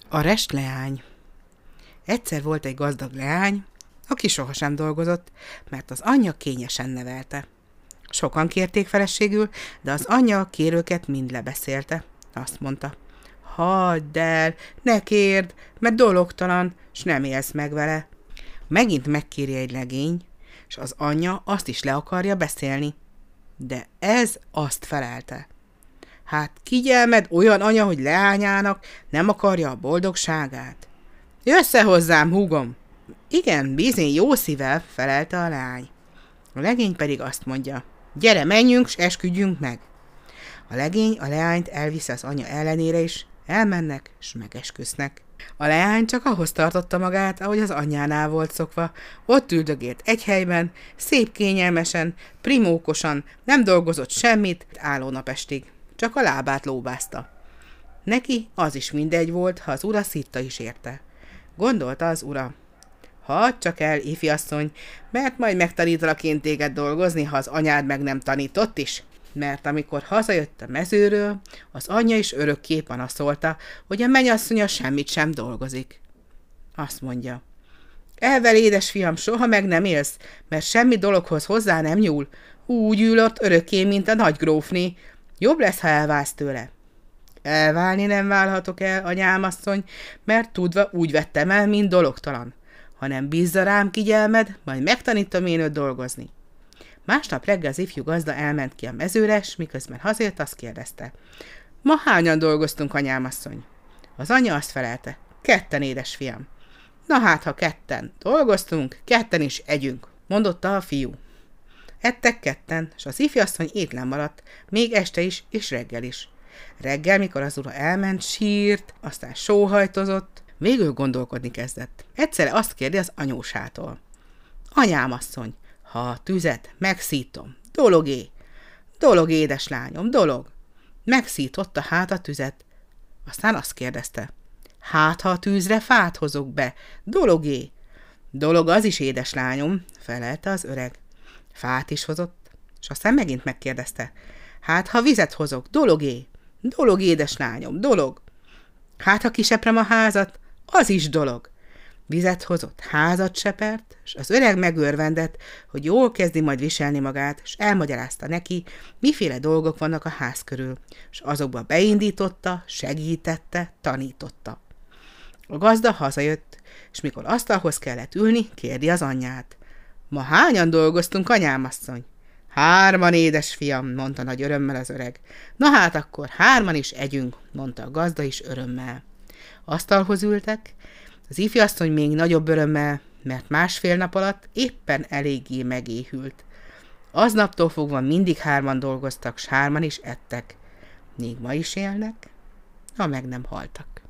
A restleány. Egyszer volt egy gazdag leány, aki sohasem dolgozott, mert az anyja kényesen nevelte. Sokan kérték feleségül, de az anyja a kérőket mind lebeszélte. Azt mondta, hagyd el, ne kérd, mert dologtalan, s nem élsz meg vele. Megint megkéri egy legény, és az anyja azt is le akarja beszélni. De ez azt felelte. Hát kigyelmed olyan anya, hogy leányának nem akarja a boldogságát. Jössze hozzám, húgom! Igen, bizony, jó szívvel, felelte a leány. A legény pedig azt mondja, gyere, menjünk, s esküdjünk meg. A legény a leányt elviszi az anya ellenére is, elmennek, s megesküsznek. A leány csak ahhoz tartotta magát, ahogy az anyjánál volt szokva. Ott üldögélt egy helyben, szép kényelmesen, primókosan, nem dolgozott semmit, álló napestig. Csak a lábát lóbázta. Neki az is mindegy volt, ha az ura szitta is érte. Gondolta az ura. Hadd csak el, ifiasszony, mert majd megtanítalak én téged dolgozni, ha az anyád meg nem tanított is. Mert amikor hazajött a mezőről, az anyja is örökké panaszolta, hogy a mennyasszonya semmit sem dolgozik. Azt mondja, elvel, édesfiam, soha meg nem élsz, mert semmi dologhoz hozzá nem nyúl. Úgy ül ott örökké, mint a nagygrófné. Jobb lesz, ha elválsz tőle. Elválni nem válhatok el, anyámasszony, mert tudva úgy vettem el, mint dologtalan. Hanem bízza rám, kigyelmed, majd megtanítom én őt dolgozni. Másnap reggel az ifjú gazda elment ki a mezőre, s miközben hazajött, azt kérdezte. Ma hányan dolgoztunk, anyámasszony? Az anya azt felelte. Ketten, édesfiam. Na hát, ha ketten dolgoztunk, ketten is együnk, mondotta a fiú. Ettek ketten, s az ifjasszony étlen maradt, még este is, és reggel is. Reggel, mikor az ura elment, sírt, aztán sóhajtozott, végül gondolkodni kezdett. Egyszerre azt kérdi az anyósától. Anyámasszony, ha a tüzet megszítom, dologé, dolog, édeslányom, dolog. Megszította hát a tüzet. Aztán azt kérdezte. Hát, ha a tűzre fát hozok be, dologé. Dolog az is, édeslányom, felelte az öreg. Fát is hozott, és aztán megint megkérdezte. Hát, ha vizet hozok, dologé. Dolog, édeslányom, dolog. Hát, ha kiseprem a házat, az is dolog. Vizet hozott, házat sepert, és az öreg megörvendett, hogy jól kezdi majd viselni magát, és elmagyarázta neki, miféle dolgok vannak a ház körül, és azokba beindította, segítette, tanította. A gazda hazajött, és mikor asztalhoz kellett ülni, kérdi az anyját. Ma hányan dolgoztunk, anyámasszony? 3, édesfiam, mondta nagy örömmel az öreg. Na hát akkor 3 is együnk, mondta a gazda is örömmel. Asztalhoz ültek, az ifjasszony még nagyobb örömmel, mert 1,5 nap alatt éppen eléggé megéhült. Aznaptól fogva mindig 3 dolgoztak, s 3 is ettek. Még ma is élnek, ha meg nem haltak.